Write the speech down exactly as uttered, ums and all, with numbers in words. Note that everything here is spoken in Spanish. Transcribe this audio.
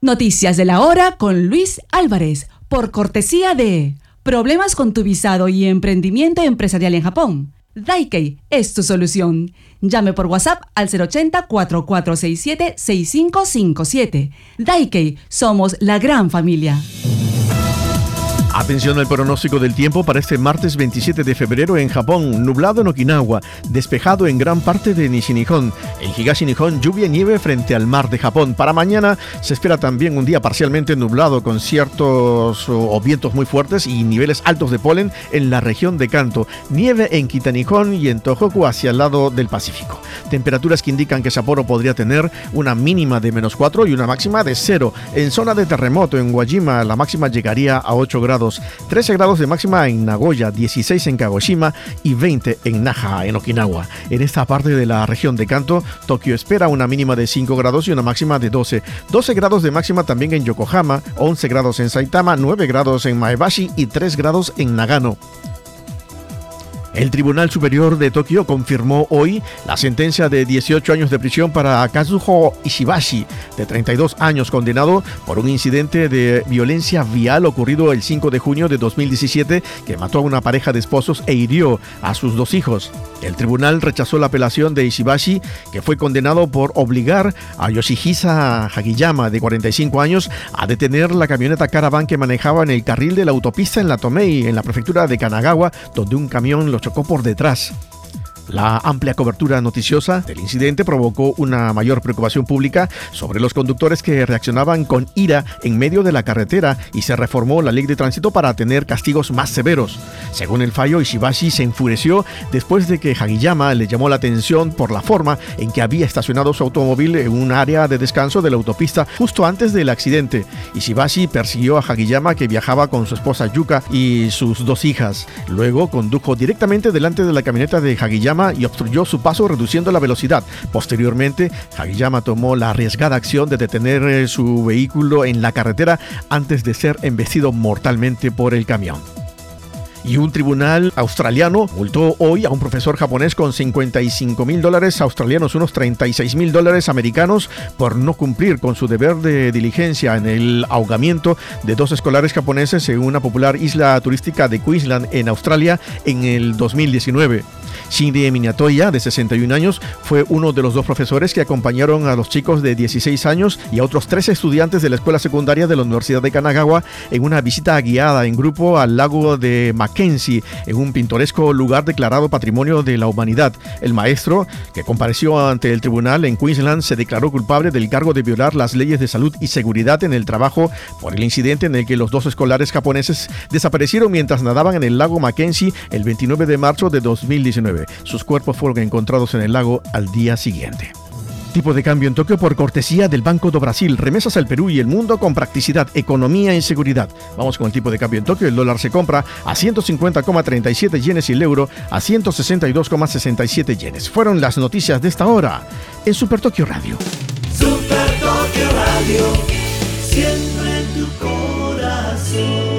Noticias de la hora con Luis Álvarez, por cortesía de Problemas con tu visado y emprendimiento empresarial en Japón. Daikei es tu solución. Llame por WhatsApp al cero ochenta, cuatro cuatro seis siete, seis cinco cinco siete. Daikei, somos la gran familia. Atención al pronóstico del tiempo para este martes veintisiete de febrero en Japón. Nublado en Okinawa, despejado en gran parte de Nishi-Nihon. En Higashi-Nihon, lluvia y nieve frente al mar de Japón. Para mañana se espera también un día parcialmente nublado con ciertos o vientos muy fuertes y niveles altos de polen en la región de Kanto. Nieve en Kita-Nihon y en Tohoku hacia el lado del Pacífico. Temperaturas que indican que Sapporo podría tener una mínima de menos cuatro y una máxima de cero. En zona de terremoto en Wajima la máxima llegaría a ocho grados. trece grados de máxima en Nagoya, dieciséis en Kagoshima y veinte en Naha, en Okinawa. En esta parte de la región de Kanto, Tokio espera una mínima de cinco grados y una máxima de doce. doce grados de máxima también en Yokohama, once grados en Saitama, nueve grados en Maebashi y tres grados en Nagano. El Tribunal Superior de Tokio confirmó hoy la sentencia de dieciocho años de prisión para Kazuho Ishibashi, de treinta y dos años, condenado por un incidente de violencia vial ocurrido el cinco de junio de dos mil diecisiete que mató a una pareja de esposos e hirió a sus dos hijos. El tribunal rechazó la apelación de Ishibashi, que fue condenado por obligar a Yoshihisa Hagiyama, de cuarenta y cinco años, a detener la camioneta Caravan que manejaba en el carril de la autopista en la Tomei, en la prefectura de Kanagawa, donde un camión lo chocó por detrás. La amplia cobertura noticiosa del incidente provocó una mayor preocupación pública sobre los conductores que reaccionaban con ira en medio de la carretera y se reformó la ley de tránsito para tener castigos más severos. Según el fallo, Ishibashi se enfureció después de que Hagiyama le llamó la atención por la forma en que había estacionado su automóvil en un área de descanso de la autopista justo antes del accidente. Ishibashi persiguió a Hagiyama, que viajaba con su esposa Yuka y sus dos hijas. Luego condujo directamente delante de la camioneta de Hagiyama y obstruyó su paso reduciendo la velocidad. Posteriormente, Hagiyama tomó la arriesgada acción de detener su vehículo en la carretera antes de ser embestido mortalmente por el camión. Y un tribunal australiano multó hoy a un profesor japonés con cincuenta y cinco mil dólares australianos, unos treinta y seis mil dólares americanos, por no cumplir con su deber de diligencia en el ahogamiento de dos escolares japoneses en una popular isla turística de Queensland, en Australia, en el dos mil diecinueve. Shinji Minatoya, de sesenta y un años, fue uno de los dos profesores que acompañaron a los chicos de dieciséis años y a otros tres estudiantes de la escuela secundaria de la Universidad de Kanagawa en una visita guiada en grupo al lago de Mackenzie, en un pintoresco lugar declarado Patrimonio de la Humanidad. El maestro, que compareció ante el tribunal en Queensland, se declaró culpable del cargo de violar las leyes de salud y seguridad en el trabajo por el incidente en el que los dos escolares japoneses desaparecieron mientras nadaban en el lago Mackenzie el veintinueve de marzo de dos mil diecinueve. Sus cuerpos fueron encontrados en el lago al día siguiente. Tipo de cambio en Tokio por cortesía del Banco do Brasil. Remesas al Perú y el mundo con practicidad, economía y seguridad. Vamos con el tipo de cambio en Tokio. El dólar se compra a ciento cincuenta coma treinta y siete yenes y el euro a ciento sesenta y dos coma sesenta y siete yenes. Fueron las noticias de esta hora en Super Tokio Radio. Super Tokio Radio, siempre en tu corazón.